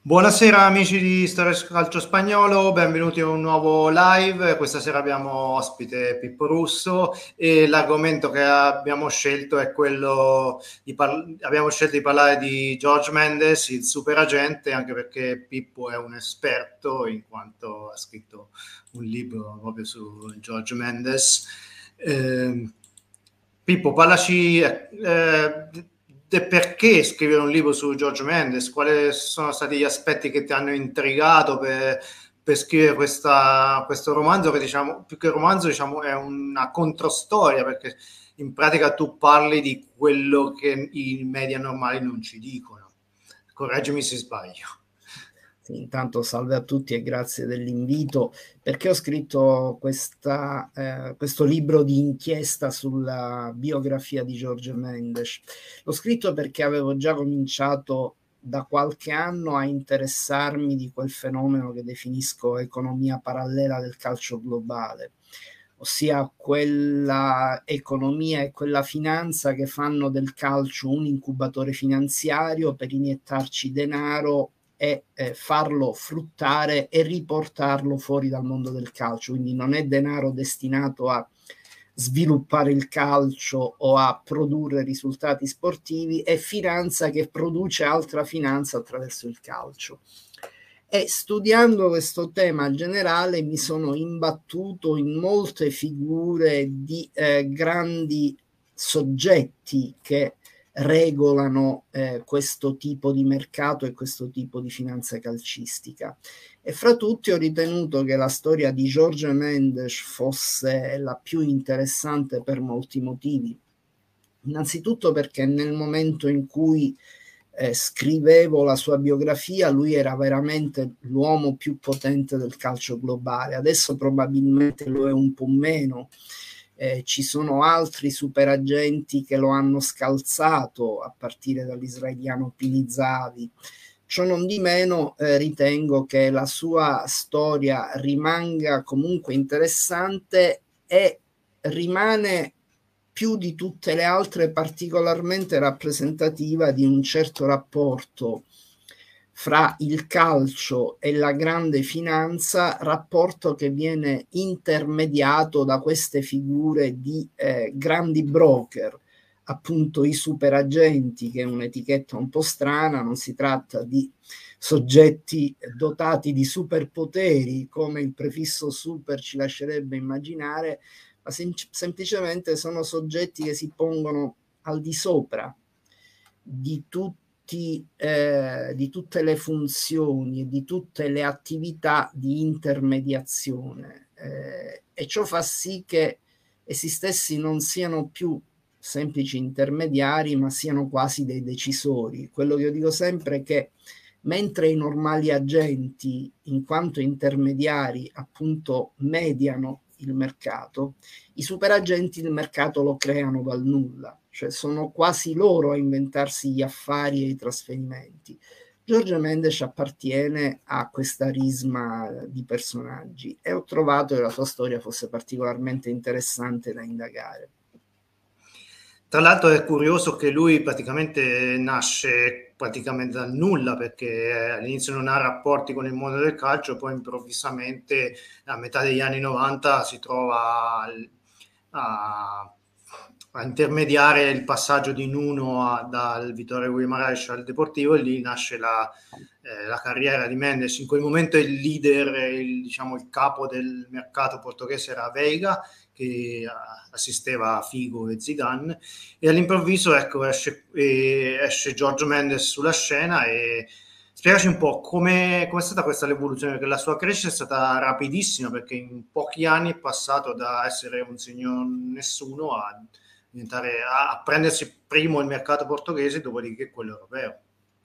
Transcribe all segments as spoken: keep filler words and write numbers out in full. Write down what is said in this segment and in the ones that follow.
Buonasera amici di Storia Calcio Spagnolo, benvenuti a un nuovo live. Questa sera abbiamo ospite Pippo Russo e l'argomento che abbiamo scelto è quello di par- abbiamo scelto di parlare di George Mendes, il superagente, anche perché Pippo è un esperto in quanto ha scritto un libro proprio su George Mendes. Eh, Pippo, parlaci eh, de perché scrivere un libro su George Mendes, quali sono stati gli aspetti che ti hanno intrigato per, per scrivere questa, questo romanzo che, diciamo, più che romanzo, diciamo, è una controstoria, perché in pratica tu parli di quello che i media normali non ci dicono. Correggimi se sbaglio. Sì, intanto salve a tutti e grazie dell'invito. Perché ho scritto questa, eh, questo libro di inchiesta sulla biografia di George Mendes? L'ho scritto perché avevo già cominciato da qualche anno a interessarmi di quel fenomeno che definisco economia parallela del calcio globale, ossia quella economia e quella finanza che fanno del calcio un incubatore finanziario per iniettarci denaro e eh, farlo fruttare e riportarlo fuori dal mondo del calcio. Quindi non è denaro destinato a sviluppare il calcio o a produrre risultati sportivi, è finanza che produce altra finanza attraverso il calcio. E studiando questo tema generale mi sono imbattuto in molte figure di eh, grandi soggetti che regolano eh, questo tipo di mercato e questo tipo di finanza calcistica. E fra tutti ho ritenuto che la storia di Jorge Mendes fosse la più interessante per molti motivi. Innanzitutto perché nel momento in cui eh, scrivevo la sua biografia, lui era veramente l'uomo più potente del calcio globale. Adesso probabilmente lo è un po' meno. Eh, ci sono altri superagenti che lo hanno scalzato, a partire dall'israeliano Pini Zahavi. Ciò non di meno, eh, ritengo che la sua storia rimanga comunque interessante e rimane più di tutte le altre particolarmente rappresentativa di un certo rapporto fra il calcio e la grande finanza, rapporto che viene intermediato da queste figure di eh, grandi broker, appunto i superagenti, che è un'etichetta un po' strana. Non si tratta di soggetti dotati di superpoteri, come il prefisso super ci lascerebbe immaginare, ma sem- semplicemente sono soggetti che si pongono al di sopra di tutti, eh, di tutte le funzioni e di tutte le attività di intermediazione, eh, e ciò fa sì che essi stessi non siano più semplici intermediari, ma siano quasi dei decisori. Quello che io dico sempre è che mentre i normali agenti, in quanto intermediari, appunto mediano il mercato, i superagenti il mercato lo creano dal nulla, cioè sono quasi loro a inventarsi gli affari e i trasferimenti. George Mendes appartiene a questa risma di personaggi e ho trovato che la sua storia fosse particolarmente interessante da indagare. Tra l'altro è curioso che lui praticamente nasce praticamente dal nulla, perché all'inizio non ha rapporti con il mondo del calcio, poi improvvisamente a metà degli anni novanta si trova al- a, a intermediare il passaggio di Nuno a- dal Vittorio Guimaraes al Deportivo, e lì nasce la, eh, la carriera di Mendes. In quel momento il leader, il, diciamo, il capo del mercato portoghese era Veiga, che assisteva a Figo e Zidane, e all'improvviso ecco, esce, eh, esce George Mendes sulla scena. E spiegaci un po' come è stata questa l'evoluzione, perché la sua crescita è stata rapidissima, perché in pochi anni è passato da essere un signor nessuno a diventare, a, a prendersi primo il mercato portoghese, dopodiché quello europeo.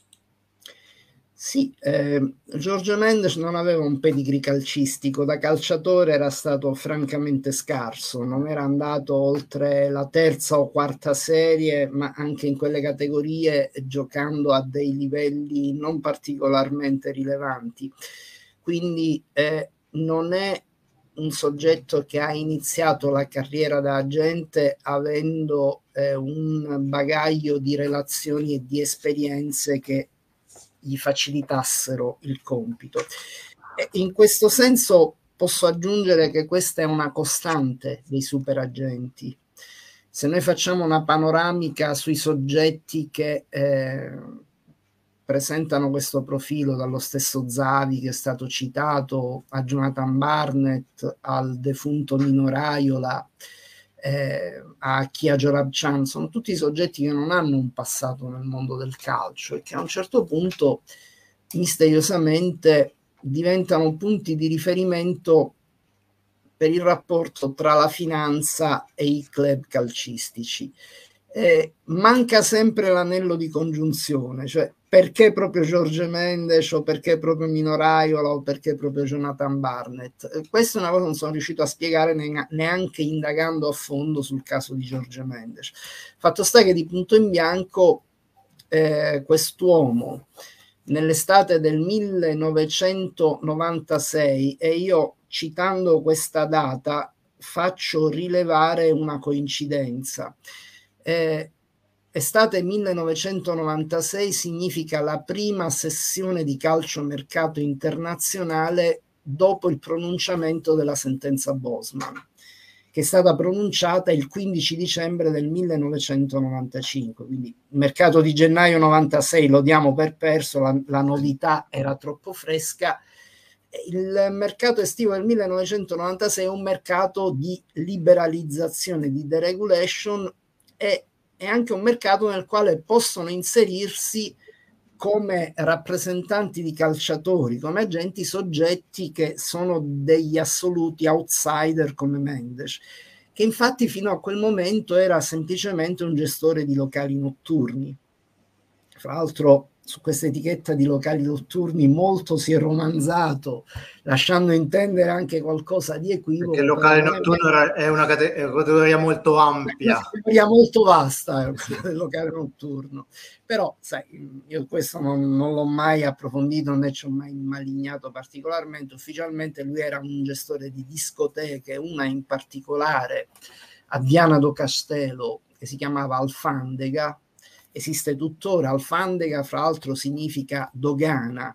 Sì, eh, Giorgio Mendes non aveva un pedigree calcistico, da calciatore era stato francamente scarso, non era andato oltre la terza o quarta serie, ma anche in quelle categorie giocando a dei livelli non particolarmente rilevanti. Quindi eh, non è un soggetto che ha iniziato la carriera da agente avendo eh, un bagaglio di relazioni e di esperienze che gli facilitassero il compito. E in questo senso posso aggiungere che questa è una costante dei superagenti. Se noi facciamo una panoramica sui soggetti che eh, presentano questo profilo, dallo stesso Zavi che è stato citato, a Jonathan Barnett, al defunto Nino Raiola, eh, a Kia Joorabchian, sono tutti soggetti che non hanno un passato nel mondo del calcio e che a un certo punto misteriosamente diventano punti di riferimento per il rapporto tra la finanza e i club calcistici. Eh, manca sempre l'anello di congiunzione, cioè perché proprio Jorge Mendes o perché proprio Mino Raiola o perché proprio Jonathan Barnett. Eh, questa è una cosa che non sono riuscito a spiegare ne- neanche indagando a fondo sul caso di Jorge Mendes. Fatto sta che di punto in bianco eh, quest'uomo nell'estate del millenovecentonovantasei, e io citando questa data faccio rilevare una coincidenza. Eh, estate millenovecentonovantasei significa la prima sessione di calciomercato internazionale dopo il pronunciamento della sentenza Bosman, che è stata pronunciata il quindici dicembre del millenovecentonovantacinque, quindi il mercato di gennaio novantasei lo diamo per perso, la, la novità era troppo fresca. Il mercato estivo del millenovecentonovantasei è un mercato di liberalizzazione, di deregulation, e è anche un mercato nel quale possono inserirsi come rappresentanti di calciatori, come agenti, soggetti che sono degli assoluti outsider come Mendes, che infatti fino a quel momento era semplicemente un gestore di locali notturni. Fra l'altro su questa etichetta di locali notturni molto si è romanzato, lasciando intendere anche qualcosa di equivoco. Perché il locale notturno è una categoria molto ampia. Una categoria molto vasta il locale notturno. Però, sai, io questo non, non l'ho mai approfondito, né ci ho mai malignato particolarmente. Ufficialmente lui era un gestore di discoteche, una in particolare a Viana do Castelo, che si chiamava Alfandega, esiste tuttora. Alfandega, fra l'altro, significa dogana.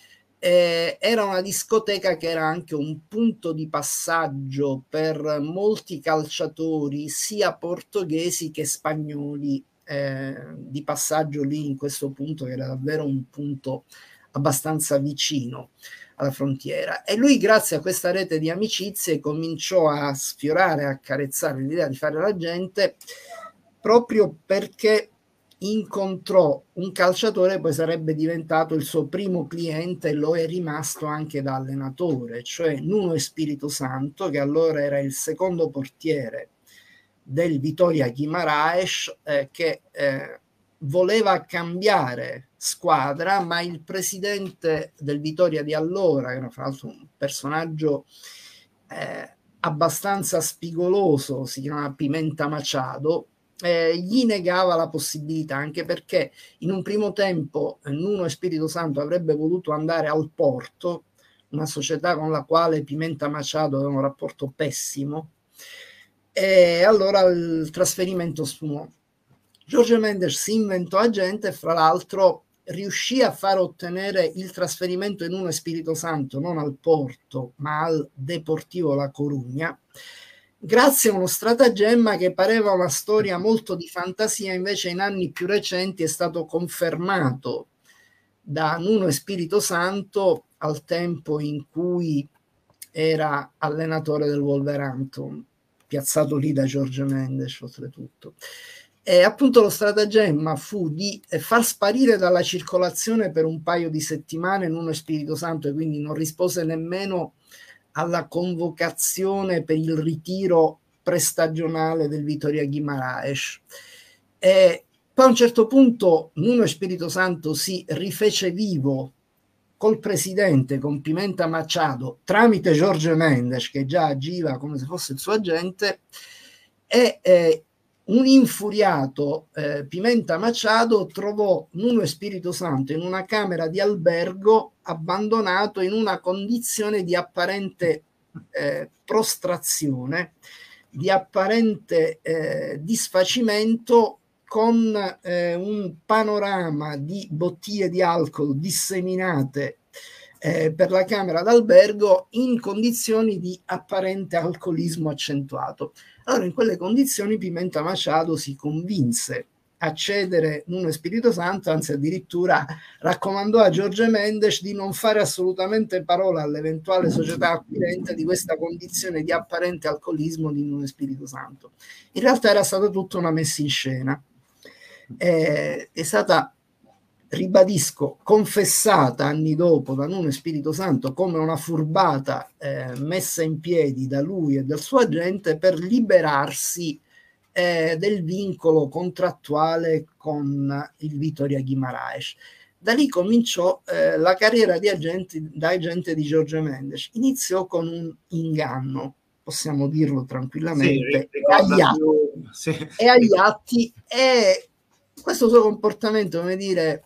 Eh, era una discoteca che era anche un punto di passaggio per molti calciatori, sia portoghesi che spagnoli, eh, di passaggio lì in questo punto, che era davvero un punto abbastanza vicino alla frontiera. E lui, grazie a questa rete di amicizie, cominciò a sfiorare, a accarezzare l'idea di fare la gente, proprio perché incontrò un calciatore, poi sarebbe diventato il suo primo cliente e lo è rimasto anche da allenatore, cioè Nuno Espírito Santo, che allora era il secondo portiere del Vitória Guimarães, eh, che eh, voleva cambiare squadra, ma il presidente del Vitória di allora, che era fra l'altro un personaggio eh, abbastanza spigoloso, si chiamava Pimenta Machado, Eh, gli negava la possibilità, anche perché in un primo tempo eh, Nuno Espírito Santo avrebbe voluto andare al Porto, una società con la quale Pimenta Machado aveva un rapporto pessimo, e allora il trasferimento sfumò. Jorge Mendes si inventò agente e fra l'altro riuscì a far ottenere il trasferimento in Nuno Espírito Santo non al Porto ma al Deportivo La Coruña, grazie a uno stratagemma che pareva una storia molto di fantasia, invece in anni più recenti è stato confermato da Nuno Espírito Santo al tempo in cui era allenatore del Wolverhampton, piazzato lì da Jorge Mendes oltretutto. E appunto lo stratagemma fu di far sparire dalla circolazione per un paio di settimane Nuno Espírito Santo, e quindi non rispose nemmeno alla convocazione per il ritiro prestagionale del Vitória Guimarães. E poi a un certo punto Nuno Espírito Santo si rifece vivo col presidente, con Pimenta Machado, tramite Jorge Mendes, che già agiva come se fosse il suo agente, e eh, un infuriato eh, Pimenta Machado trovò Nuno Espírito Santo in una camera di albergo, abbandonato in una condizione di apparente eh, prostrazione, di apparente eh, disfacimento, con eh, un panorama di bottiglie di alcol disseminate eh, per la camera d'albergo in condizioni di apparente alcolismo accentuato. Allora, in quelle condizioni Pimenta Machado si convinse a cedere Nuno Espirito Santo, anzi addirittura raccomandò a Jorge Mendes di non fare assolutamente parola all'eventuale società acquirente di questa condizione di apparente alcolismo di Nuno Espirito Santo. In realtà era stata tutta una messa in scena. Eh, è stata, ribadisco, confessata anni dopo da Nuno Espirito Santo come una furbata eh, messa in piedi da lui e dal suo agente per liberarsi eh, del vincolo contrattuale con il Vitória Guimarães. Da lì cominciò eh, la carriera di agenti, da agente di Jorge Mendes. Iniziò con un inganno, possiamo dirlo tranquillamente, sì, e, agli atti, più, sì. e agli atti, e questo suo comportamento, come dire,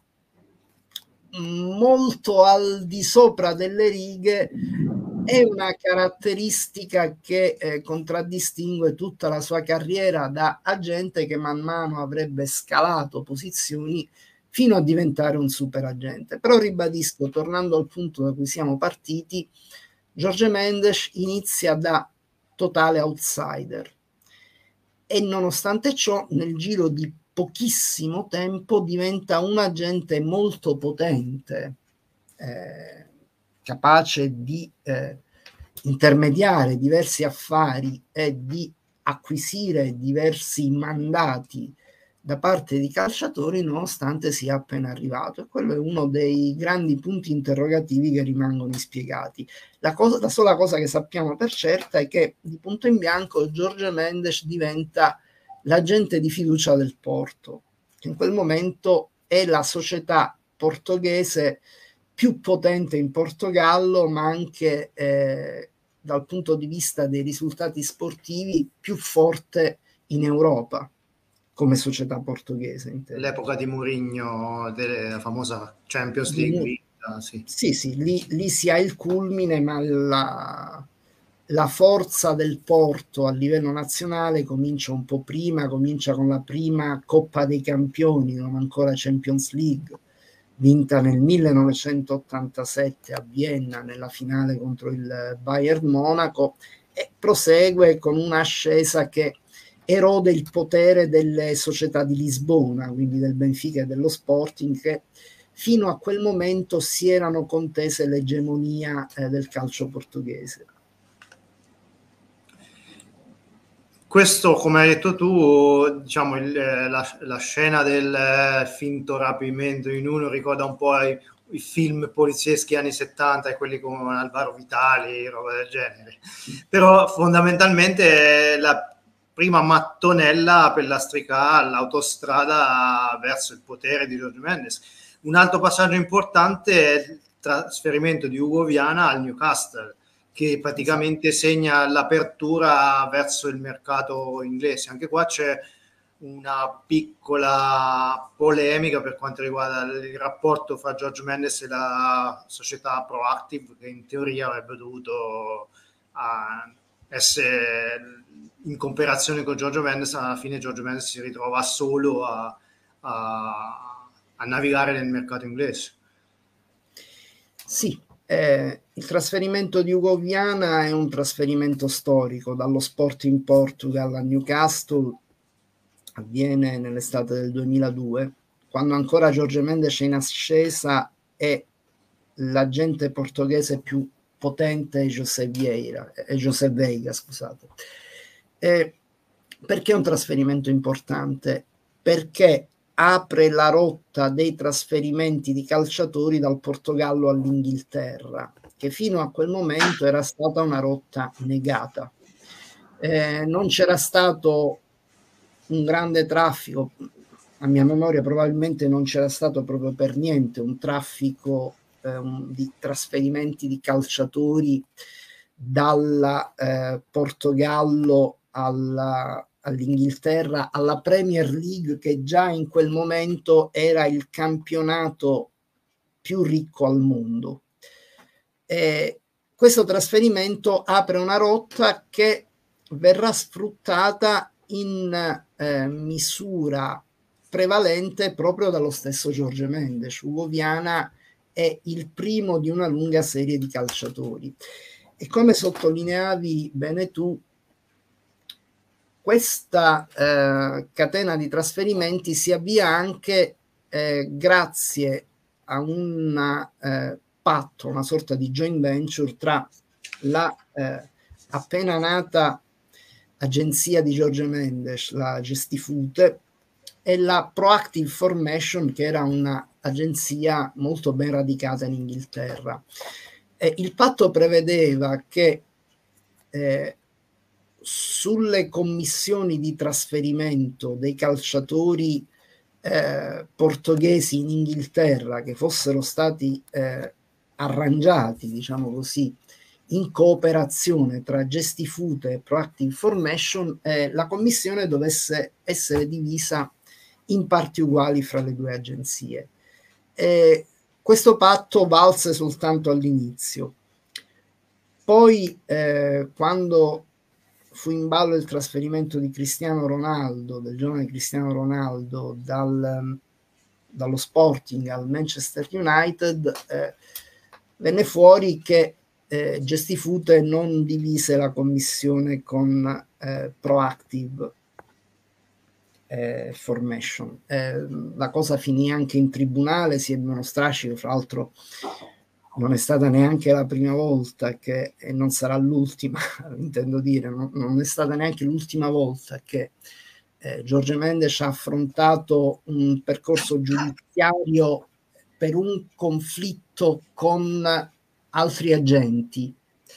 molto al di sopra delle righe, è una caratteristica che eh, contraddistingue tutta la sua carriera da agente che man mano avrebbe scalato posizioni fino a diventare un super agente. Però ribadisco, tornando al punto da cui siamo partiti, Jorge Mendes inizia da totale outsider e nonostante ciò nel giro di pochissimo tempo diventa un agente molto potente, eh, capace di eh, intermediare diversi affari e di acquisire diversi mandati da parte di calciatori nonostante sia appena arrivato, e quello è uno dei grandi punti interrogativi che rimangono inspiegati. La, cosa, la sola cosa che sappiamo per certa è che di punto in bianco Jorge Mendes diventa l'agente di fiducia del Porto, che in quel momento è la società portoghese più potente in Portogallo, ma anche eh, dal punto di vista dei risultati sportivi più forte in Europa come società portoghese. L'epoca di Mourinho, della famosa Champions League vinta, sì. Sì, sì, lì, lì si ha il culmine, ma la, la forza del Porto a livello nazionale comincia un po' prima, comincia con la prima Coppa dei Campioni, non ancora Champions League, vinta nel millenovecentottantasette a Vienna nella finale contro il Bayern Monaco, e prosegue con un'ascesa che erode il potere delle società di Lisbona, quindi del Benfica e dello Sporting, che fino a quel momento si erano contese l'egemonia eh, del calcio portoghese. Questo, come hai detto tu, diciamo, il, la, la scena del finto rapimento in uno ricorda un po' i, i film polizieschi anni settanta e quelli come Alvaro Vitali, roba del genere. Però fondamentalmente la prima mattonella per lastricare l'autostrada verso il potere di Jorge Mendes. Un altro passaggio importante è il trasferimento di Hugo Viana al Newcastle, che praticamente segna l'apertura verso il mercato inglese. Anche qua c'è una piccola polemica per quanto riguarda il rapporto fra Jorge Mendes e la società Proactive, che in teoria avrebbe dovuto uh, essere in comparazione con Jorge Mendes. Alla fine Jorge Mendes si ritrova solo a, a, a navigare nel mercato inglese. Sì, eh, il trasferimento di Hugo Viana è un trasferimento storico dallo Sporting Portugal a Newcastle. Avviene nell'estate del duemiladue, quando ancora Jorge Mendes è in ascesa e l'agente portoghese più potente è José Vieira, è José Veiga, scusate. Eh, perché è un trasferimento importante? Perché apre la rotta dei trasferimenti di calciatori dal Portogallo all'Inghilterra, che fino a quel momento era stata una rotta negata. Eh, non c'era stato un grande traffico, a mia memoria probabilmente non c'era stato proprio per niente un traffico eh, un, di trasferimenti di calciatori dal eh, Portogallo alla, all'Inghilterra, alla Premier League, che già in quel momento era il campionato più ricco al mondo. E questo trasferimento apre una rotta che verrà sfruttata in eh, misura prevalente proprio dallo stesso Jorge Mendes. Hugo Viana è il primo di una lunga serie di calciatori. E come sottolineavi bene tu, questa eh, catena di trasferimenti si avvia anche eh, grazie a un eh, patto, una sorta di joint venture tra la eh, appena nata agenzia di Jorge Mendes, la Gestifute, e la Proactive Formation, che era un'agenzia molto ben radicata in Inghilterra. E il patto prevedeva che eh, sulle commissioni di trasferimento dei calciatori eh, portoghesi in Inghilterra che fossero stati eh, arrangiati, diciamo così, in cooperazione tra Gestifute e Proactive Formation, eh, la commissione dovesse essere divisa in parti uguali fra le due agenzie. Eh, questo patto valse soltanto all'inizio. Poi, eh, quando fu in ballo il trasferimento di Cristiano Ronaldo, del giovane Cristiano Ronaldo, dal, dallo Sporting al Manchester United, eh, venne fuori che eh, Gestifute non divise la commissione con eh, Proactive eh, Formation. Eh, la cosa finì anche in tribunale, si ebbe uno strascico, fra l'altro non è stata neanche la prima volta che, e non sarà l'ultima, intendo dire, non, non è stata neanche l'ultima volta che eh, Jorge Mendes ha affrontato un percorso giudiziario per un conflitto con altri agenti.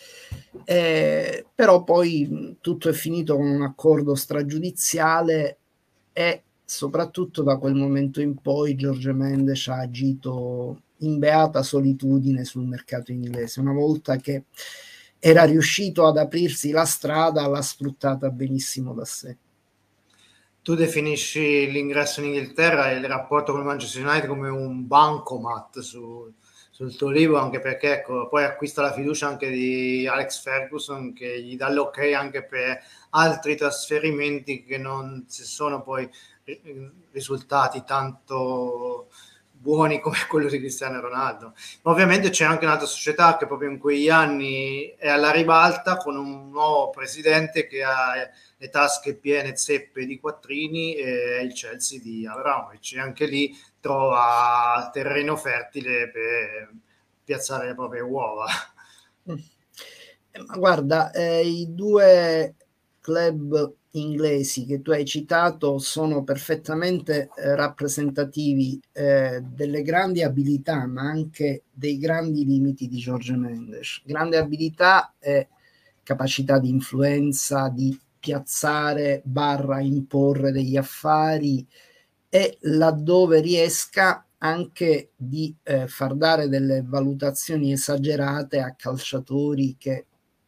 Eh, però poi tutto è finito con un accordo stragiudiziale e soprattutto da quel momento in poi Jorge Mendes ha agito in beata solitudine sul mercato inglese. Una volta che era riuscito ad aprirsi la strada, l'ha sfruttata benissimo da sé. Tu definisci l'ingresso in Inghilterra e il rapporto con il Manchester United come un bancomat su, sul tuo libro, anche perché ecco, poi acquista la fiducia anche di Alex Ferguson, che gli dà l'ok anche per altri trasferimenti che non si sono poi risultati tanto buoni come quello di Cristiano Ronaldo. Ma ovviamente c'è anche un'altra società che proprio in quegli anni è alla ribalta, con un nuovo presidente che ha le tasche piene zeppe di quattrini, e il Chelsea di Abramovich, e anche lì trova terreno fertile per piazzare le proprie uova. Ma guarda, eh, i due club inglesi che tu hai citato sono perfettamente eh, rappresentativi eh, delle grandi abilità, ma anche dei grandi limiti di Jorge Mendes. Grande abilità e capacità di influenza, di piazzare barra imporre degli affari, e laddove riesca anche di eh, far dare delle valutazioni esagerate a calciatori che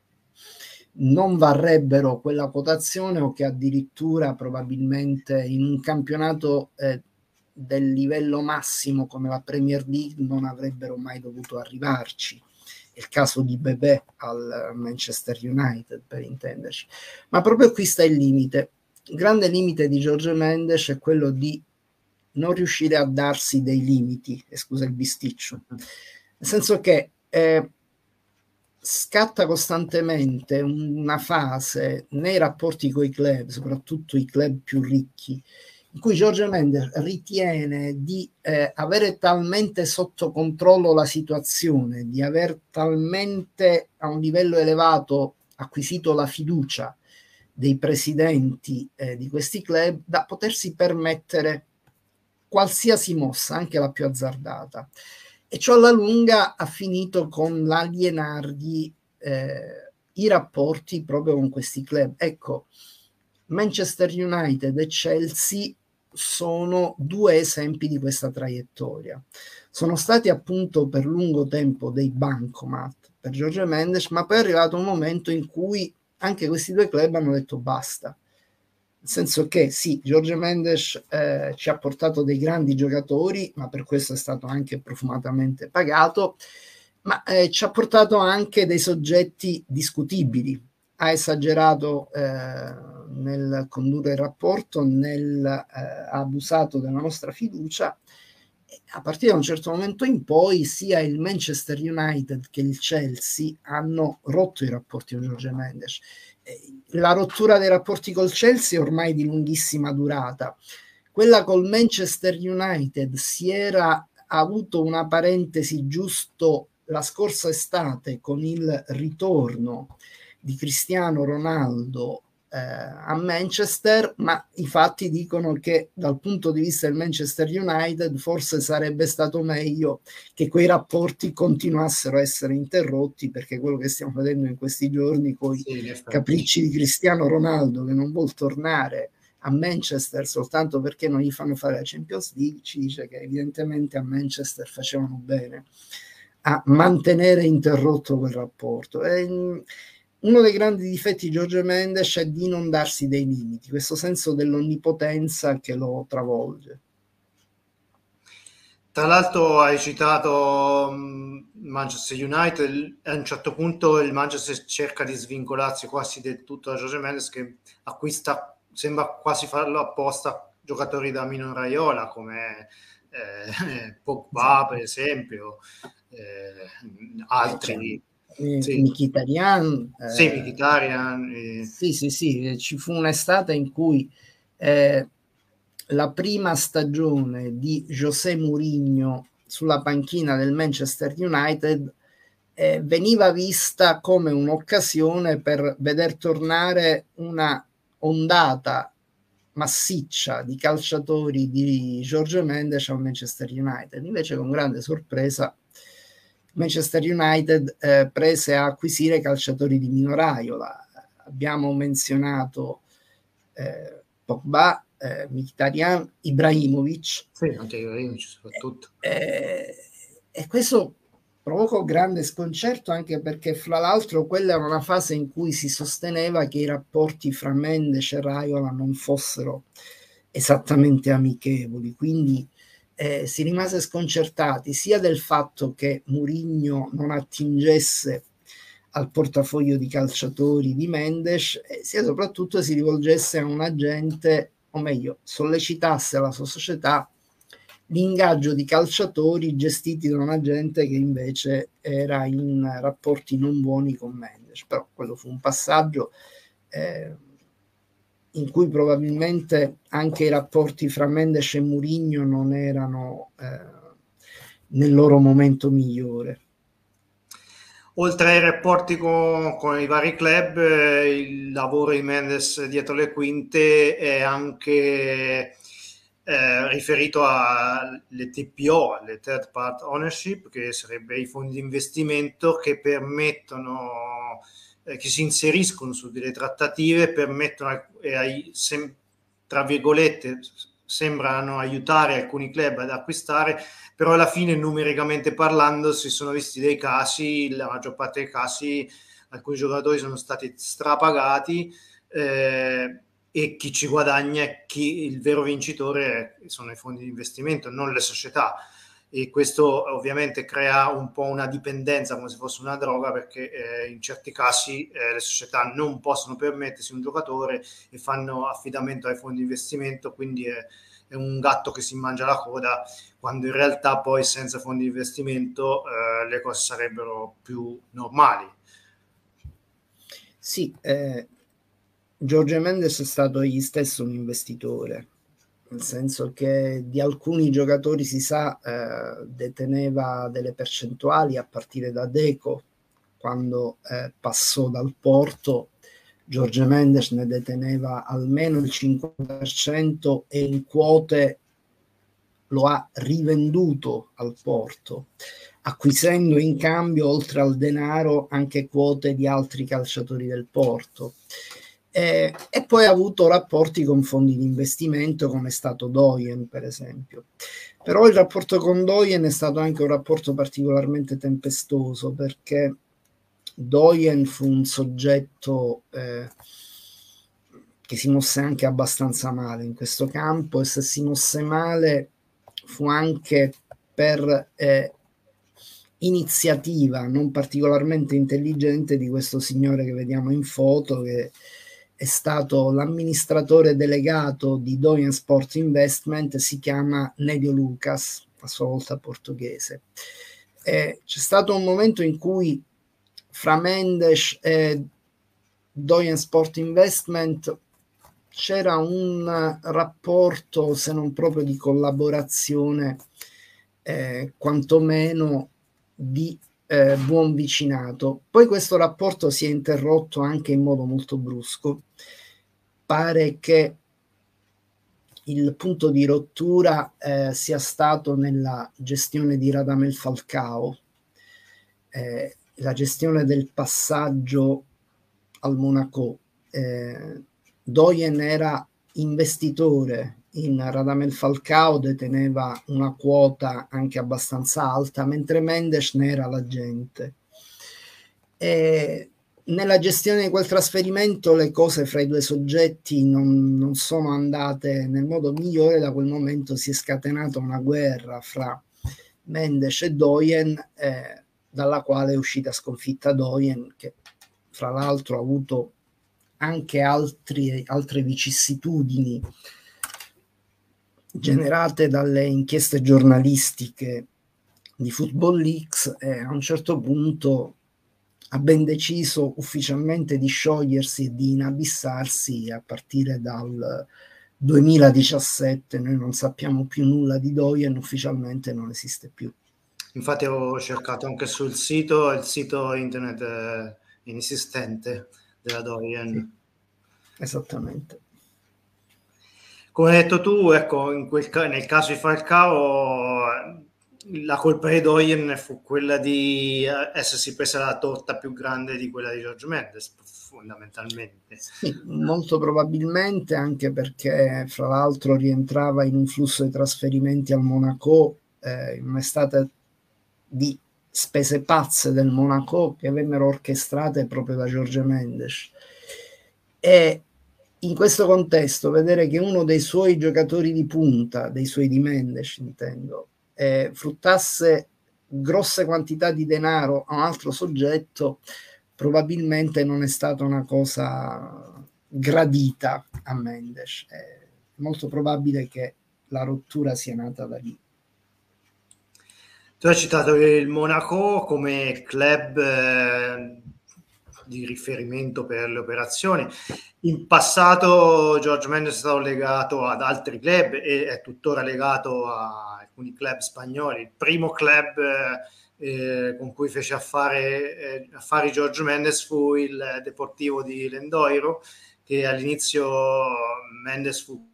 non varrebbero quella quotazione o che addirittura probabilmente in un campionato eh, del livello massimo come la Premier League non avrebbero mai dovuto arrivarci. È il caso di Bebé al Manchester United, per intenderci. Ma proprio qui sta il limite. Il grande limite di Jorge Mendes è quello di non riuscire a darsi dei limiti, e scusa il bisticcio, nel senso che eh, scatta costantemente una fase nei rapporti con i club, soprattutto i club più ricchi, in cui Jorge Mendes ritiene di eh, avere talmente sotto controllo la situazione, di aver talmente a un livello elevato acquisito la fiducia dei presidenti eh, di questi club da potersi permettere qualsiasi mossa, anche la più azzardata. E ciò alla lunga ha finito con l'alienargli eh, i rapporti proprio con questi club. Ecco, Manchester United e Chelsea sono due esempi di questa traiettoria. Sono stati appunto per lungo tempo dei bancomat per Jorge Mendes, ma poi è arrivato un momento in cui anche questi due club hanno detto basta. Nel senso che sì, Jorge Mendes eh, ci ha portato dei grandi giocatori, ma per questo è stato anche profumatamente pagato, ma eh, ci ha portato anche dei soggetti discutibili. ha esagerato eh, nel condurre il rapporto, nel, eh, ha abusato della nostra fiducia. E a partire da un certo momento in poi sia il Manchester United che il Chelsea hanno rotto i rapporti con Jorge Mendes. La rottura dei rapporti col Chelsea è ormai di lunghissima durata. Quella col Manchester United si era avuto una parentesi giusto la scorsa estate con il ritorno di Cristiano Ronaldo eh, a Manchester, ma i fatti dicono che dal punto di vista del Manchester United forse sarebbe stato meglio che quei rapporti continuassero a essere interrotti, perché quello che stiamo vedendo in questi giorni con i sì, capricci di Cristiano Ronaldo che non vuol tornare a Manchester soltanto perché non gli fanno fare la Champions League, ci dice che evidentemente a Manchester facevano bene a mantenere interrotto quel rapporto. E uno dei grandi difetti di Jorge Mendes è di non darsi dei limiti, questo senso dell'onnipotenza che lo travolge. Tra l'altro hai citato um, Manchester United, a un certo punto il Manchester cerca di svincolarsi quasi del tutto da Jorge Mendes, che acquista, sembra quasi farlo apposta, giocatori da Mino Raiola come eh, Pogba, esatto, per esempio, eh, altri. Eh, sì. Mkhitaryan, eh, sì, Mkhitaryan eh, sì, sì, sì, ci fu un'estate in cui eh, la prima stagione di José Mourinho sulla panchina del Manchester United eh, veniva vista come un'occasione per veder tornare una ondata massiccia di calciatori di Jorge Mendes al Manchester United. Invece, con grande sorpresa, Manchester United eh, prese a acquisire calciatori di Mino Raiola. Abbiamo menzionato eh, Pogba, eh, Mkhitaryan, Ibrahimovic. Sì, anche Ibrahimovic soprattutto. Eh, e questo provocò grande sconcerto, anche perché fra l'altro quella era una fase in cui si sosteneva che i rapporti fra Mendes e Raiola non fossero esattamente amichevoli, quindi eh, si rimase sconcertati sia del fatto che Mourinho non attingesse al portafoglio di calciatori di Mendes, eh, sia soprattutto si rivolgesse a un agente, o meglio, sollecitasse alla sua società l'ingaggio di calciatori gestiti da un agente che invece era in rapporti non buoni con Mendes. Però quello fu un passaggio eh, in cui probabilmente anche i rapporti fra Mendes e Mourinho non erano eh, nel loro momento migliore. Oltre ai rapporti con, con i vari club, eh, il lavoro di Mendes dietro le quinte è anche eh, riferito alle T P O, alle Third Part Ownership, che sarebbe i fondi di investimento che permettono, eh, che si inseriscono su delle trattative, permettono, eh, ai, sem, tra virgolette, sembrano aiutare alcuni club ad acquistare, però alla fine numericamente parlando si sono visti dei casi, la maggior parte dei casi alcuni giocatori sono stati strapagati eh, e chi ci guadagna è chi, il vero vincitore sono i fondi di investimento, non le società, e questo ovviamente crea un po' una dipendenza come se fosse una droga, perché eh, in certi casi eh, le società non possono permettersi un giocatore e fanno affidamento ai fondi di investimento, quindi è, è un gatto che si mangia la coda, quando in realtà poi senza fondi di investimento eh, le cose sarebbero più normali. Sì, eh, Jorge Mendes è stato egli stesso un investitore, nel senso che di alcuni giocatori si sa eh, deteneva delle percentuali a partire da Deco, quando eh, passò dal Porto. Jorge Mendes ne deteneva almeno il cinquanta per cento e in quote lo ha rivenduto al Porto, acquisendo in cambio, oltre al denaro, anche quote di altri calciatori del Porto. Eh, e poi ha avuto rapporti con fondi di investimento, come è stato Doyen, per esempio. Però il rapporto con Doyen è stato anche un rapporto particolarmente tempestoso, perché Doyen fu un soggetto eh, che si mosse anche abbastanza male in questo campo, e se si mosse male fu anche per eh, iniziativa non particolarmente intelligente di questo signore che vediamo in foto, che è stato l'amministratore delegato di Doyen Sport Investment, si chiama Nedio Lucas, a sua volta portoghese. Eh, c'è stato un momento in cui fra Mendes e Doyen Sport Investment c'era un rapporto, se non proprio di collaborazione, eh, quantomeno di eh, buon vicinato. Poi questo rapporto si è interrotto anche in modo molto brusco. Pare che il punto di rottura eh, sia stato nella gestione di Radamel Falcao, eh, la gestione del passaggio al Monaco. Eh, Doyen era investitore in Radamel Falcao, deteneva una quota anche abbastanza alta, mentre Mendes ne era l'agente. E nella gestione di quel trasferimento le cose fra i due soggetti non, non sono andate nel modo migliore. Da quel momento si è scatenata una guerra fra Mendes e Doyen, eh, dalla quale è uscita sconfitta Doyen, che fra l'altro ha avuto anche altri, altre vicissitudini generate dalle inchieste giornalistiche di Football Leaks, e a un certo punto ha ben deciso ufficialmente di sciogliersi e di inabissarsi a partire dal duemiladiciassette. Noi non sappiamo più nulla di Doyen, ufficialmente non esiste più. Infatti ho cercato anche sul sito, il sito internet è inesistente della Doyen. Sì, esattamente. Come hai detto tu, ecco, in quel, nel caso di Falcao la colpa di Doyen fu quella di essersi presa la torta più grande di quella di George Mendes, fondamentalmente. Sì, molto probabilmente, anche perché fra l'altro rientrava in un flusso di trasferimenti al Monaco, eh, in un'estate di spese pazze del Monaco che vennero orchestrate proprio da George Mendes. E in questo contesto vedere che uno dei suoi giocatori di punta, dei suoi di Mendes intendo, eh, fruttasse grosse quantità di denaro a un altro soggetto, probabilmente non è stata una cosa gradita a Mendes. È molto probabile che la rottura sia nata da lì. Tu hai citato il Monaco come club eh, di riferimento per le operazioni. In passato George Mendes è stato legato ad altri club e è tuttora legato a alcuni club spagnoli. Il primo club eh, con cui fece affare, eh, affari George Mendes fu il Deportivo di Lendoiro, che all'inizio Mendes fu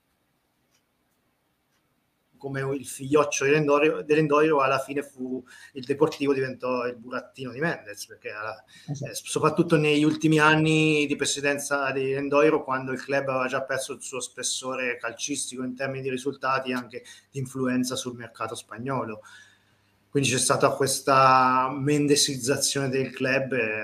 come il figlioccio dell'Endoiro, alla fine fu il Deportivo, diventò il burattino di Mendes, perché alla, eh, soprattutto negli ultimi anni di presidenza di Endoiro, quando il club aveva già perso il suo spessore calcistico in termini di risultati e anche di influenza sul mercato spagnolo. Quindi c'è stata questa mendesizzazione del club. Eh.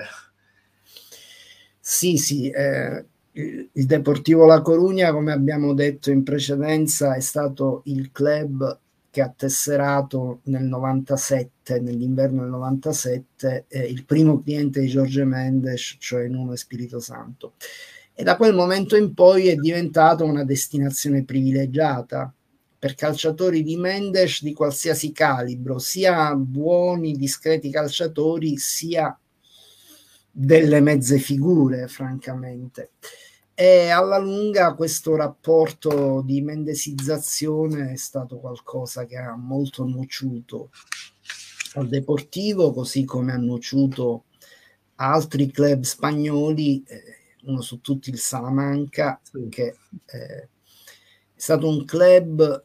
Sì, sì, eh, il Deportivo La Coruña, come abbiamo detto in precedenza, è stato il club che ha tesserato nel novantasette, nell'inverno del novantasette, eh, il primo cliente di Jorge Mendes, cioè Nuno Espirito Santo. E da quel momento in poi è diventata una destinazione privilegiata per calciatori di Mendes di qualsiasi calibro, sia buoni, discreti calciatori, sia delle mezze figure, francamente. E alla lunga questo rapporto di mendesizzazione è stato qualcosa che ha molto nuociuto al Deportivo, così come ha nuociuto a altri club spagnoli, eh, uno su tutti il Salamanca, sì. che eh, è stato un club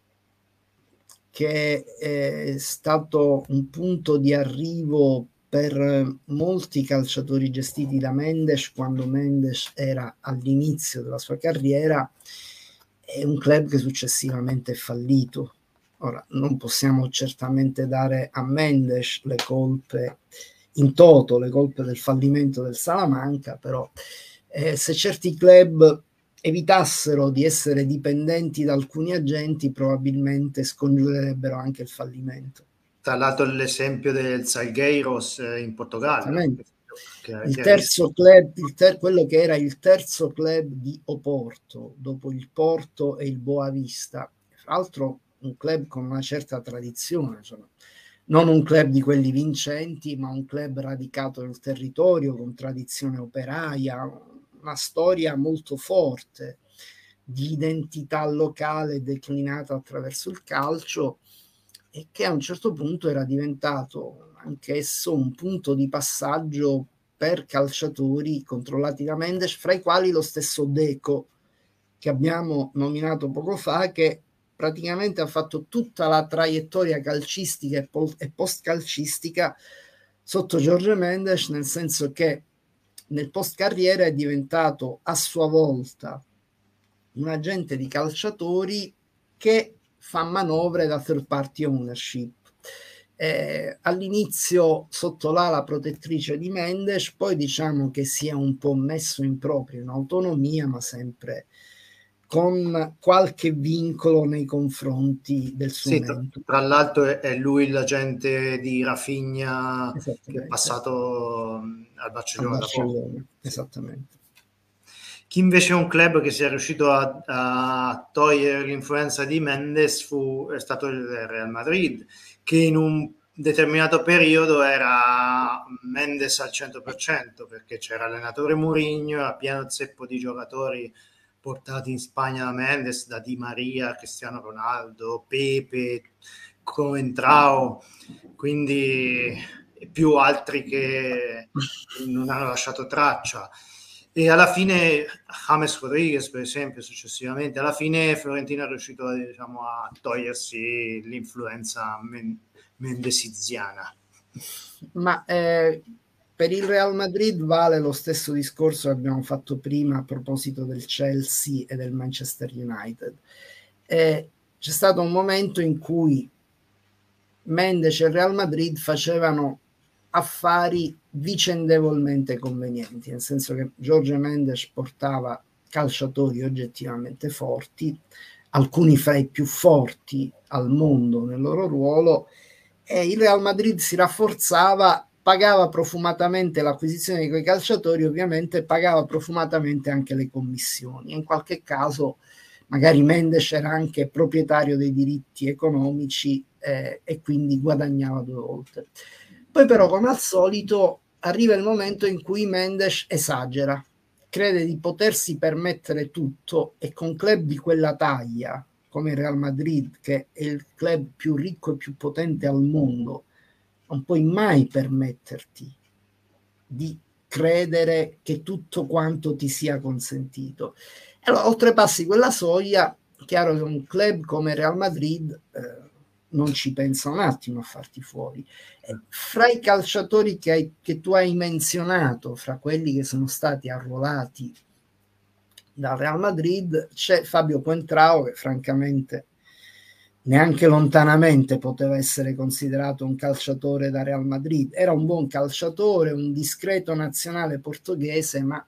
che è stato un punto di arrivo per molti calciatori gestiti da Mendes quando Mendes era all'inizio della sua carriera. È un club che successivamente è fallito. Ora, non possiamo certamente dare a Mendes le colpe in toto, le colpe del fallimento del Salamanca, però eh, se certi club evitassero di essere dipendenti da alcuni agenti, probabilmente scongiurerebbero anche il fallimento. Tra l'altro l'esempio del Salgueiros in Portogallo. Che, il terzo club, il ter- quello che era il terzo club di Oporto, dopo il Porto e il Boavista, tra l'altro un club con una certa tradizione, insomma. Non un club di quelli vincenti, ma un club radicato nel territorio, con tradizione operaia, una storia molto forte di identità locale declinata attraverso il calcio, e che a un certo punto era diventato anch'esso un punto di passaggio per calciatori controllati da Mendes, fra i quali lo stesso Deco, che abbiamo nominato poco fa, che praticamente ha fatto tutta la traiettoria calcistica e, po- e post-calcistica sotto Jorge Mendes, nel senso che nel post-carriera è diventato a sua volta un agente di calciatori che fa manovre da third party ownership. Eh, all'inizio sotto l'ala protettrice di Mendes, poi diciamo che si è un po' messo in proprio in autonomia, ma sempre con qualche vincolo nei confronti del suo sì, tra, tra l'altro è lui l'agente di Rafinha che è passato al Barcellona, al Barcellona da poco. Esattamente. Chi invece è un club che si è riuscito a, a togliere l'influenza di Mendes fu, è stato il Real Madrid, che in un determinato periodo era Mendes al cento per cento, perché c'era l'allenatore Mourinho, era pieno zeppo di giocatori portati in Spagna da Mendes, da Di Maria, Cristiano Ronaldo, Pepe, Coentrao, quindi più altri che non hanno lasciato traccia. E alla fine James Rodriguez, per esempio, successivamente, alla fine Florentino è riuscito a, diciamo, a togliersi l'influenza men- mendesiziana. Ma eh, per il Real Madrid vale lo stesso discorso che abbiamo fatto prima a proposito del Chelsea e del Manchester United. Eh, c'è stato un momento in cui Mendes e il Real Madrid facevano affari vicendevolmente convenienti, nel senso che Jorge Mendes portava calciatori oggettivamente forti, alcuni fra i più forti al mondo nel loro ruolo, e il Real Madrid si rafforzava, pagava profumatamente l'acquisizione di quei calciatori, ovviamente pagava profumatamente anche le commissioni. In qualche caso magari Mendes era anche proprietario dei diritti economici eh, e quindi guadagnava due volte. Poi però, come al solito, arriva il momento in cui Mendes esagera, crede di potersi permettere tutto, e con club di quella taglia come il Real Madrid, che è il club più ricco e più potente al mondo, non puoi mai permetterti di credere che tutto quanto ti sia consentito. Allora, oltrepassi quella soglia, chiaro che un club come Real Madrid eh, non ci pensa un attimo a farti fuori. E fra i calciatori che, hai, che tu hai menzionato, fra quelli che sono stati arruolati dal Real Madrid, c'è Fabio Coentrao, che francamente neanche lontanamente poteva essere considerato un calciatore da Real Madrid. Era un buon calciatore, un discreto nazionale portoghese, ma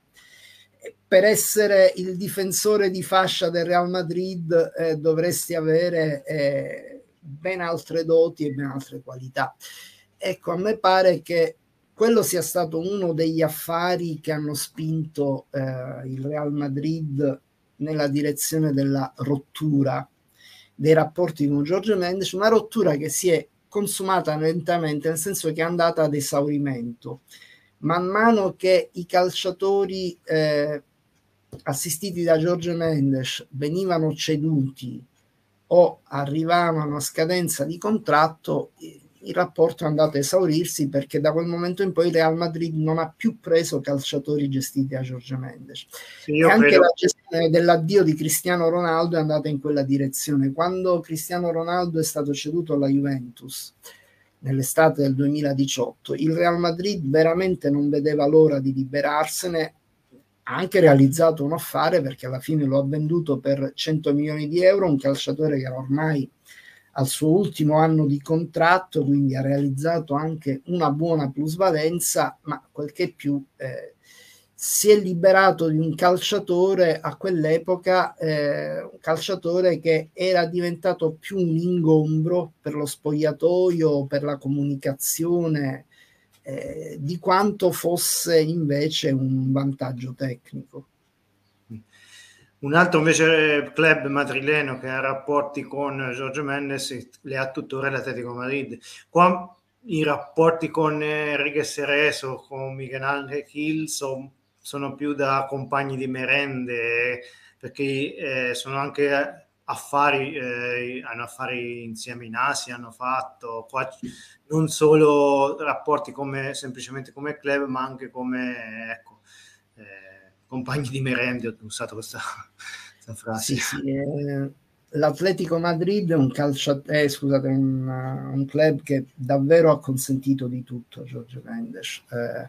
per essere il difensore di fascia del Real Madrid eh, dovresti avere eh, ben altre doti e ben altre qualità. Ecco, a me pare che quello sia stato uno degli affari che hanno spinto eh, il Real Madrid nella direzione della rottura dei rapporti con Jorge Mendes, una rottura che si è consumata lentamente, nel senso che è andata ad esaurimento. Man mano che i calciatori eh, assistiti da Jorge Mendes venivano ceduti o arrivavano a scadenza di contratto, il rapporto è andato a esaurirsi, perché da quel momento in poi Real Madrid non ha più preso calciatori gestiti da Jorge Mendes. Sì, e anche credo... la gestione dell'addio di Cristiano Ronaldo è andata in quella direzione. Quando Cristiano Ronaldo è stato ceduto alla Juventus nell'estate del duemiladiciotto, il Real Madrid veramente non vedeva l'ora di liberarsene. Ha anche realizzato un affare, perché alla fine lo ha venduto per cento milioni di euro, un calciatore che era ormai al suo ultimo anno di contratto, quindi ha realizzato anche una buona plusvalenza, ma quel che più eh, si è liberato di un calciatore a quell'epoca, eh, un calciatore che era diventato più un ingombro per lo spogliatoio, per la comunicazione, eh, di quanto fosse invece un vantaggio tecnico. Un altro invece club madrileno che ha rapporti con Jorge Mendes le ha tuttora l'Atletico Madrid. Qua i rapporti con Enrique Cerezo, con Miguel Ángel Gil sono, sono più da compagni di merende, perché eh, sono anche affari, eh, hanno affari insieme in Asia, hanno fatto qua non solo rapporti come semplicemente come club, ma anche come ecco, eh, compagni di merende. Ho usato questa, questa frase. Sì, sì, eh, l'Atletico Madrid è un calciatore, eh, scusate, un, un club che davvero ha consentito di tutto a Jorge Mendes. Eh,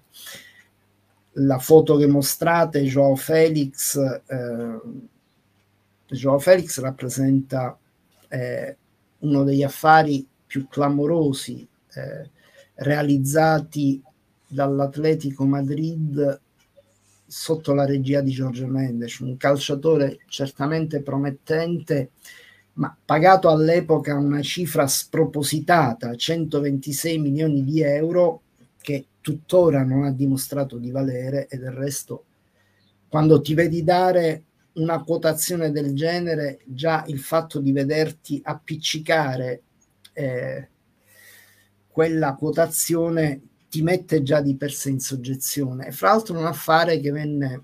la foto che mostrate, Joao Felix, eh, Joao Felix rappresenta eh, uno degli affari più clamorosi eh, realizzati dall'Atletico Madrid sotto la regia di Jorge Mendes, un calciatore certamente promettente, ma pagato all'epoca una cifra spropositata, centoventisei milioni di euro, che tuttora non ha dimostrato di valere, e del resto quando ti vedi dare una quotazione del genere, già il fatto di vederti appiccicare eh, quella quotazione ti mette già di per sé in soggezione. E fra l'altro un affare che venne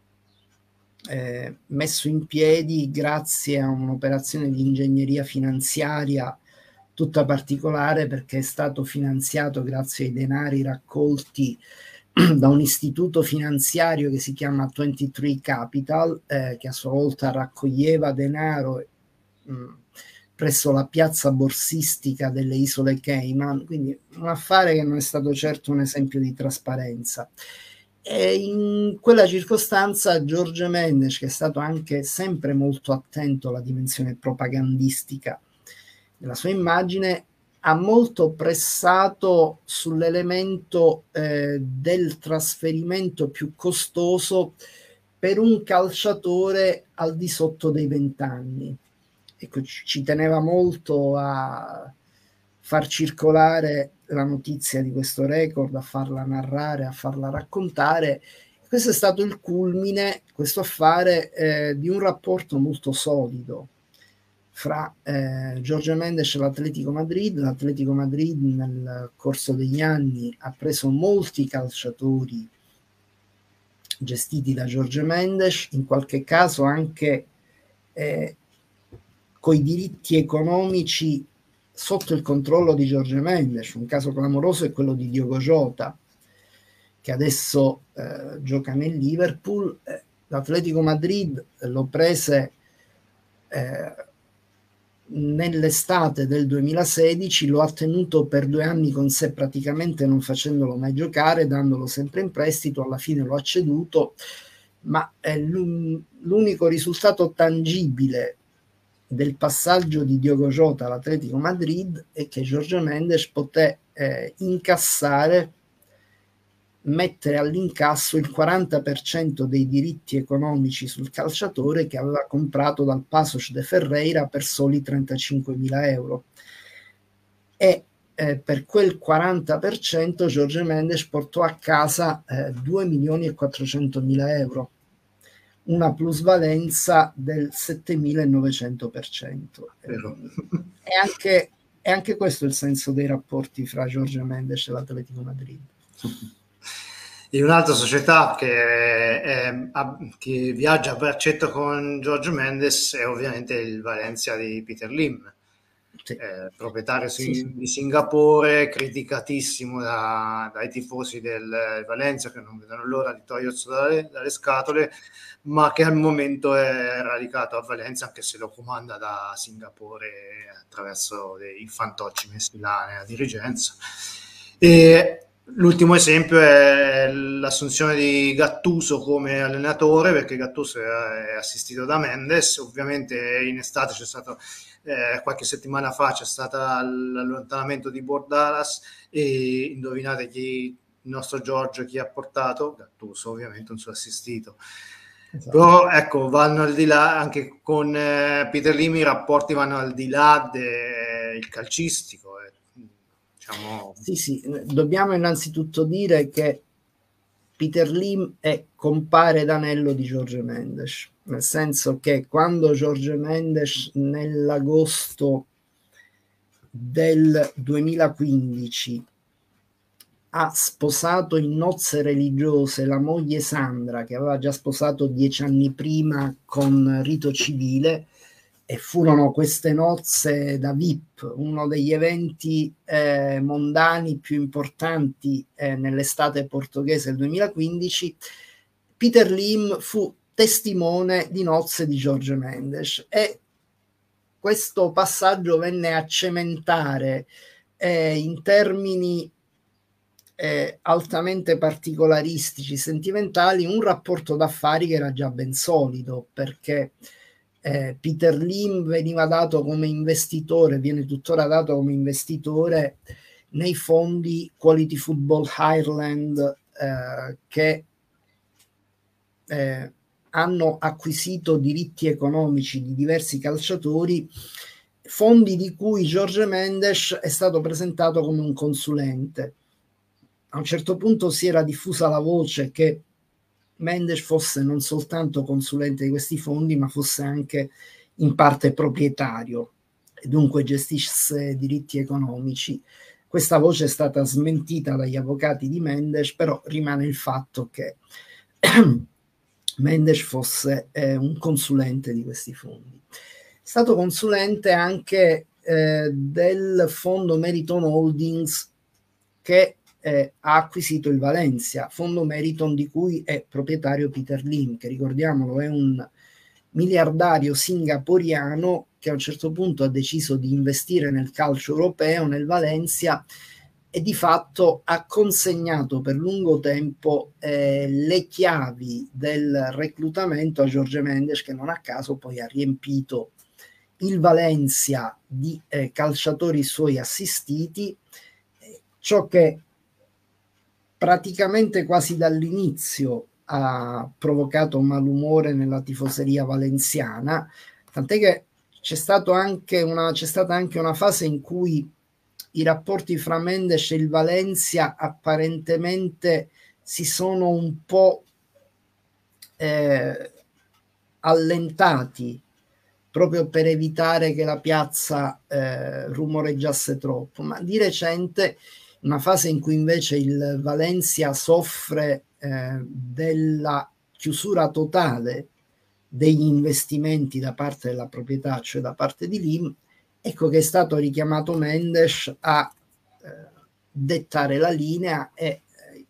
eh, messo in piedi grazie a un'operazione di ingegneria finanziaria tutta particolare, perché è stato finanziato grazie ai denari raccolti da un istituto finanziario che si chiama ventitré Capital, eh, che a sua volta raccoglieva denaro mh, presso la piazza borsistica delle isole Cayman, quindi un affare che non è stato certo un esempio di trasparenza. E in quella circostanza Jorge Mendes, che è stato anche sempre molto attento alla dimensione propagandistica della sua immagine, ha molto pressato sull'elemento eh, del trasferimento più costoso per un calciatore al di sotto dei vent'anni. Ecco, ci teneva molto a far circolare la notizia di questo record, a farla narrare, a farla raccontare. Questo è stato il culmine, questo affare, eh, di un rapporto molto solido fra eh, Jorge Mendes e l'Atletico Madrid. L'Atletico Madrid nel corso degli anni ha preso molti calciatori gestiti da Jorge Mendes, in qualche caso anche eh, coi diritti economici sotto il controllo di Jorge Mendes. Un caso clamoroso è quello di Diogo Jota, che adesso eh, gioca nel Liverpool. Eh, L'Atletico Madrid lo prese eh, nell'estate del duemilasedici, lo ha tenuto per due anni con sé, praticamente non facendolo mai giocare, dandolo sempre in prestito. Alla fine lo ha ceduto, ma eh, l'unico risultato tangibile del passaggio di Diogo Jota all'Atletico Madrid è che Jorge Mendes poté eh, incassare, mettere all'incasso il quaranta per cento dei diritti economici sul calciatore, che aveva comprato dal Paços de Ferreira per soli trentacinquemila euro. E eh, per quel quaranta per cento Jorge Mendes portò a casa eh, due milioni e quattrocentomila euro, una plusvalenza del settemilanovecento per cento. E anche, è anche questo il senso dei rapporti fra Jorge Mendes e l'Atletico Madrid. In un'altra società che, è, che viaggia a braccetto con Jorge Mendes è ovviamente il Valencia di Peter Lim, sì. eh, proprietario sì, sì. di Singapore, criticatissimo da, dai tifosi del Valencia, che non vedono l'ora di togliersi dalle, dalle scatole, ma che al momento è radicato a Valencia, anche se lo comanda da Singapore attraverso dei fantocci messi là nella dirigenza. E l'ultimo esempio è l'assunzione di Gattuso come allenatore, perché Gattuso è assistito da Mendes. Ovviamente in estate c'è stato, eh, qualche settimana fa c'è stato l'allontanamento di Bordalas, e indovinate chi il nostro Giorgio chi ha portato? Gattuso, ovviamente un suo assistito. Esatto. Però ecco, vanno al di là, anche con eh, Peter Lim i rapporti vanno al di là del calcistico. Eh. Diciamo... Sì, sì, dobbiamo innanzitutto dire che Peter Lim è compare d'anello di Jorge Mendes, nel senso che quando Jorge Mendes nell'agosto del duemilaquindici ha sposato in nozze religiose la moglie Sandra, che aveva già sposato dieci anni prima con rito civile, e furono queste nozze da V I P, uno degli eventi eh, mondani più importanti eh, nell'estate portoghese del duemilaquindici. Peter Lim fu testimone di nozze di Jorge Mendes e questo passaggio venne a cementare eh, in termini eh, altamente particolaristici, sentimentali, un rapporto d'affari che era già ben solido, perché eh, Peter Lim veniva dato come investitore, viene tuttora dato come investitore nei fondi Quality Football Ireland eh, che eh, hanno acquisito diritti economici di diversi calciatori, fondi di cui Jorge Mendes è stato presentato come un consulente. A un certo punto si era diffusa la voce che Mendes fosse non soltanto consulente di questi fondi, ma fosse anche in parte proprietario e dunque gestisse diritti economici. Questa voce è stata smentita dagli avvocati di Mendes, però rimane il fatto che Mendes fosse eh, un consulente di questi fondi. È stato consulente anche eh, del fondo Meriton Holdings, che eh, ha acquisito il Valencia, fondo Meriton di cui è proprietario Peter Lim, che ricordiamolo è un miliardario singaporiano che a un certo punto ha deciso di investire nel calcio europeo, nel Valencia, e di fatto ha consegnato per lungo tempo eh, le chiavi del reclutamento a Jorge Mendes, che non a caso poi ha riempito il Valencia di eh, calciatori suoi assistiti, ciò che praticamente quasi dall'inizio ha provocato malumore nella tifoseria valenziana, tant'è che c'è, stato anche una, c'è stata anche una fase in cui i rapporti fra Mendes e il Valencia apparentemente si sono un po' eh, allentati, proprio per evitare che la piazza eh, rumoreggiasse troppo, ma di recente, una fase in cui invece il Valencia soffre eh, della chiusura totale degli investimenti da parte della proprietà, cioè da parte di Lim, ecco che è stato richiamato Mendes a eh, dettare la linea, e eh,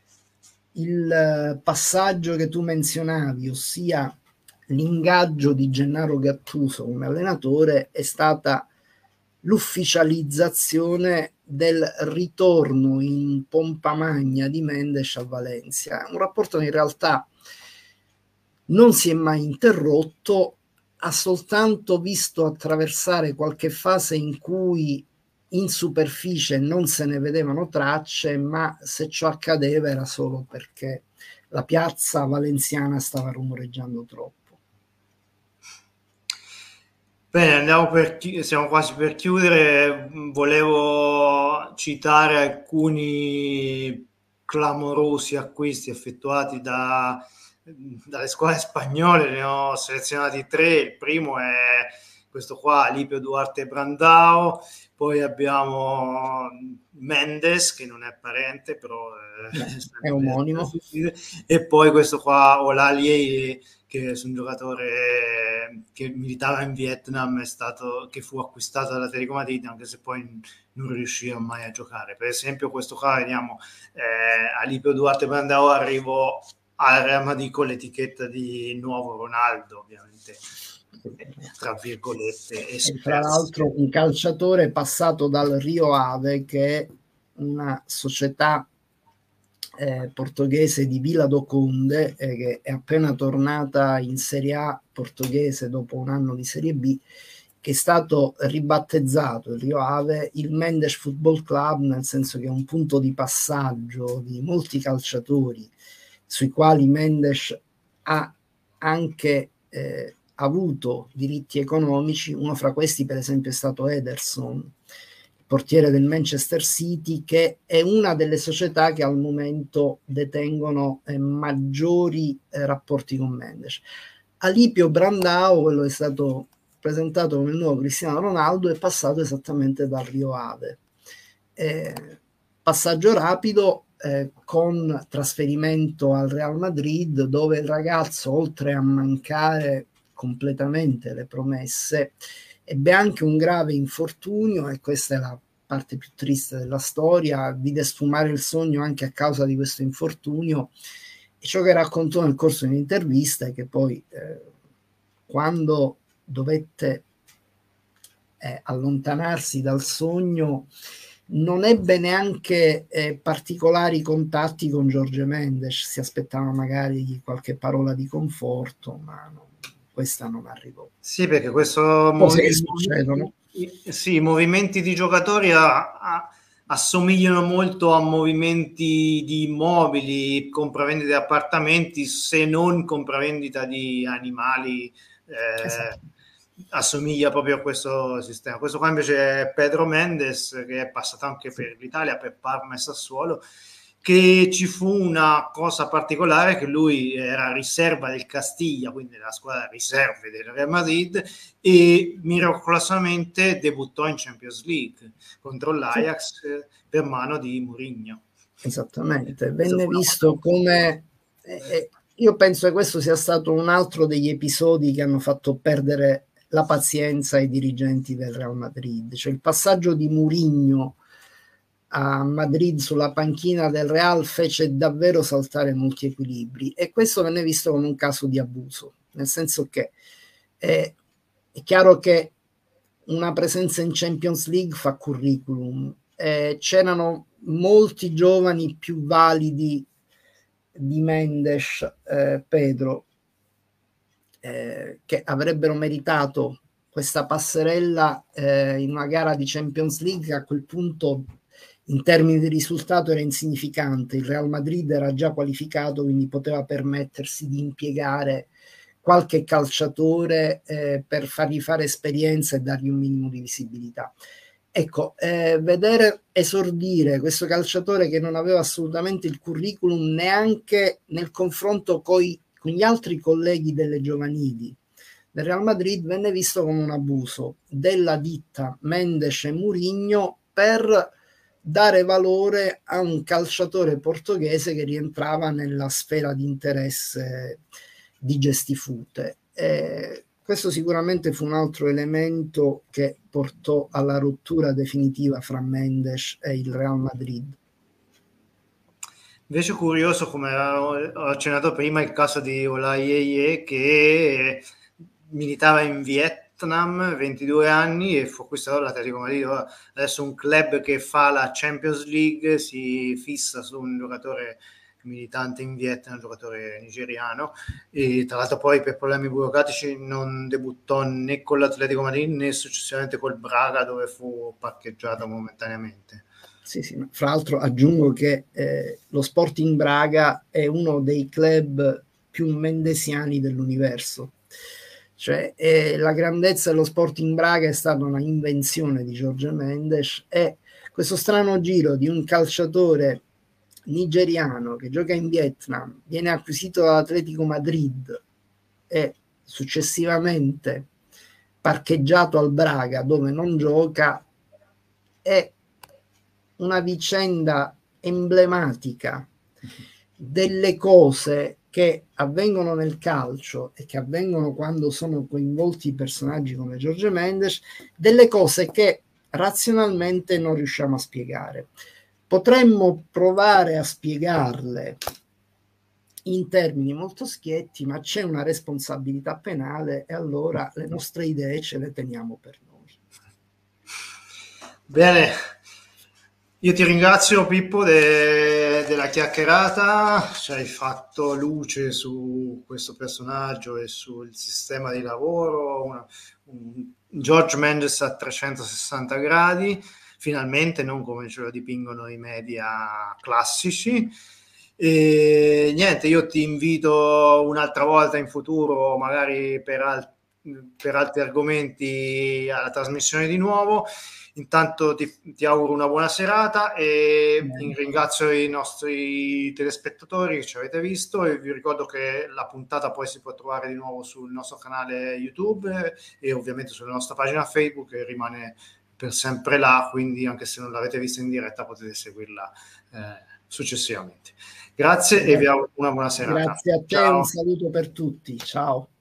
il passaggio che tu menzionavi, ossia l'ingaggio di Gennaro Gattuso come allenatore, è stata l'ufficializzazione del ritorno in pompa magna di Mendes a Valencia, un rapporto che in realtà non si è mai interrotto, ha soltanto visto attraversare qualche fase in cui in superficie non se ne vedevano tracce, ma se ciò accadeva era solo perché la piazza valenziana stava rumoreggiando troppo. Bene, andiamo per chi- siamo quasi per chiudere. Volevo citare alcuni clamorosi acquisti effettuati da, dalle squadre spagnole, ne ho selezionati tre. Il primo è questo qua, Alipio Duarte Brandao, poi abbiamo Mendes, che non è parente, però è, è omonimo, e poi questo qua, Olallie, che è un giocatore che militava in Vietnam, è stato, che fu acquistato dalla Atletico Madrid, anche se poi non riusciva mai a giocare. Per esempio questo qua, vediamo, eh, Alipio Duarte Brandao arrivò al Real Madrid con l'etichetta di nuovo Ronaldo, ovviamente, tra virgolette. E tra l'altro un calciatore passato dal Rio Ave, che è una società eh, portoghese di Vila do Conde, eh, che è appena tornata in Serie A portoghese dopo un anno di Serie B, che è stato ribattezzato il Rio Ave il Mendes Football Club, nel senso che è un punto di passaggio di molti calciatori sui quali Mendes ha anche eh, avuto diritti economici. Uno fra questi per esempio è stato Ederson, portiere del Manchester City, che è una delle società che al momento detengono eh, maggiori eh, rapporti con Mendes. Alipio Brandao, quello è stato presentato come il nuovo Cristiano Ronaldo, è passato esattamente dal Rio Ave. Eh, passaggio rapido eh, con trasferimento al Real Madrid, dove il ragazzo, oltre a mancare completamente le promesse, ebbe anche un grave infortunio, e questa è la parte più triste della storia. Vide sfumare il sogno anche a causa di questo infortunio, e ciò che raccontò nel corso di un'intervista è che poi eh, quando dovette eh, allontanarsi dal sogno non ebbe neanche eh, particolari contatti con Jorge Mendes. Si aspettava magari qualche parola di conforto, ma no, questa non arrivò. Sì, perché questo cose movi- che succedono. sì, i movimenti di giocatori a, a, assomigliano molto a movimenti di immobili, compravendita di appartamenti, se non compravendita di animali. Eh, Esatto. Assomiglia proprio a questo sistema. Questo qua invece è Pedro Mendes, che è passato anche Sì. per l'Italia, per Parma e Sassuolo, che ci fu una cosa particolare, che lui era riserva del Castiglia, quindi della squadra riserve del Real Madrid, e miracolosamente debuttò in Champions League contro l'Ajax, sì, per mano di Mourinho. Esattamente, venne visto come eh, io penso che questo sia stato un altro degli episodi che hanno fatto perdere la pazienza ai dirigenti del Real Madrid, cioè il passaggio di Mourinho a Madrid sulla panchina del Real fece davvero saltare molti equilibri, e questo venne visto come un caso di abuso, nel senso che eh, è chiaro che una presenza in Champions League fa curriculum, eh, c'erano molti giovani più validi di Mendes, eh, Pedro, eh, che avrebbero meritato questa passerella eh, in una gara di Champions League. A quel punto in termini di risultato era insignificante, il Real Madrid era già qualificato, quindi poteva permettersi di impiegare qualche calciatore eh, per fargli fare esperienza e dargli un minimo di visibilità. Ecco, eh, vedere esordire questo calciatore che non aveva assolutamente il curriculum neanche nel confronto coi, con gli altri colleghi delle giovanili del Real Madrid, venne visto come un abuso della ditta Mendes e Mourinho per dare valore a un calciatore portoghese che rientrava nella sfera di interesse di Gestifute. Eh, questo sicuramente fu un altro elemento che portò alla rottura definitiva fra Mendes e il Real Madrid. Invece curioso, come ho accennato prima, il caso di Olaieye, che militava in Vietnam, ventidue anni, e fu acquistato dall'Atletico Madrid. Adesso un club che fa la Champions League si fissa su un giocatore militante in Vietnam, un giocatore nigeriano, e tra l'altro poi per problemi burocratici non debuttò né con l'Atletico Madrid né successivamente col Braga, dove fu parcheggiato momentaneamente. Sì, sì, fra l'altro aggiungo che eh, lo Sporting Braga è uno dei club più mendesiani dell'universo. Cioè eh, la grandezza dello Sporting Braga è stata una invenzione di Jorge Mendes, e questo strano giro di un calciatore nigeriano che gioca in Vietnam, viene acquisito dall'Atletico Madrid e successivamente parcheggiato al Braga, dove non gioca, è una vicenda emblematica delle cose che avvengono nel calcio e che avvengono quando sono coinvolti personaggi come Jorge Mendes, delle cose che razionalmente non riusciamo a spiegare. Potremmo provare a spiegarle in termini molto schietti, ma c'è una responsabilità penale, e allora le nostre idee ce le teniamo per noi. Bene, io ti ringrazio Pippo de- della chiacchierata, ci hai fatto luce su questo personaggio e sul sistema di lavoro, una, un, George Mendes a trecentosessanta gradi, finalmente, non come ce lo dipingono i media classici. E niente, io ti invito un'altra volta in futuro, magari per, al- per altri argomenti, alla trasmissione di nuovo. Intanto ti, ti auguro una buona serata e Bene. ringrazio i nostri telespettatori che ci avete visto, e vi ricordo che la puntata poi si può trovare di nuovo sul nostro canale YouTube e ovviamente sulla nostra pagina Facebook, che rimane per sempre là, quindi anche se non l'avete vista in diretta potete seguirla eh, successivamente. Grazie e vi auguro una buona serata. Grazie a te, un Ciao. saluto per tutti, ciao.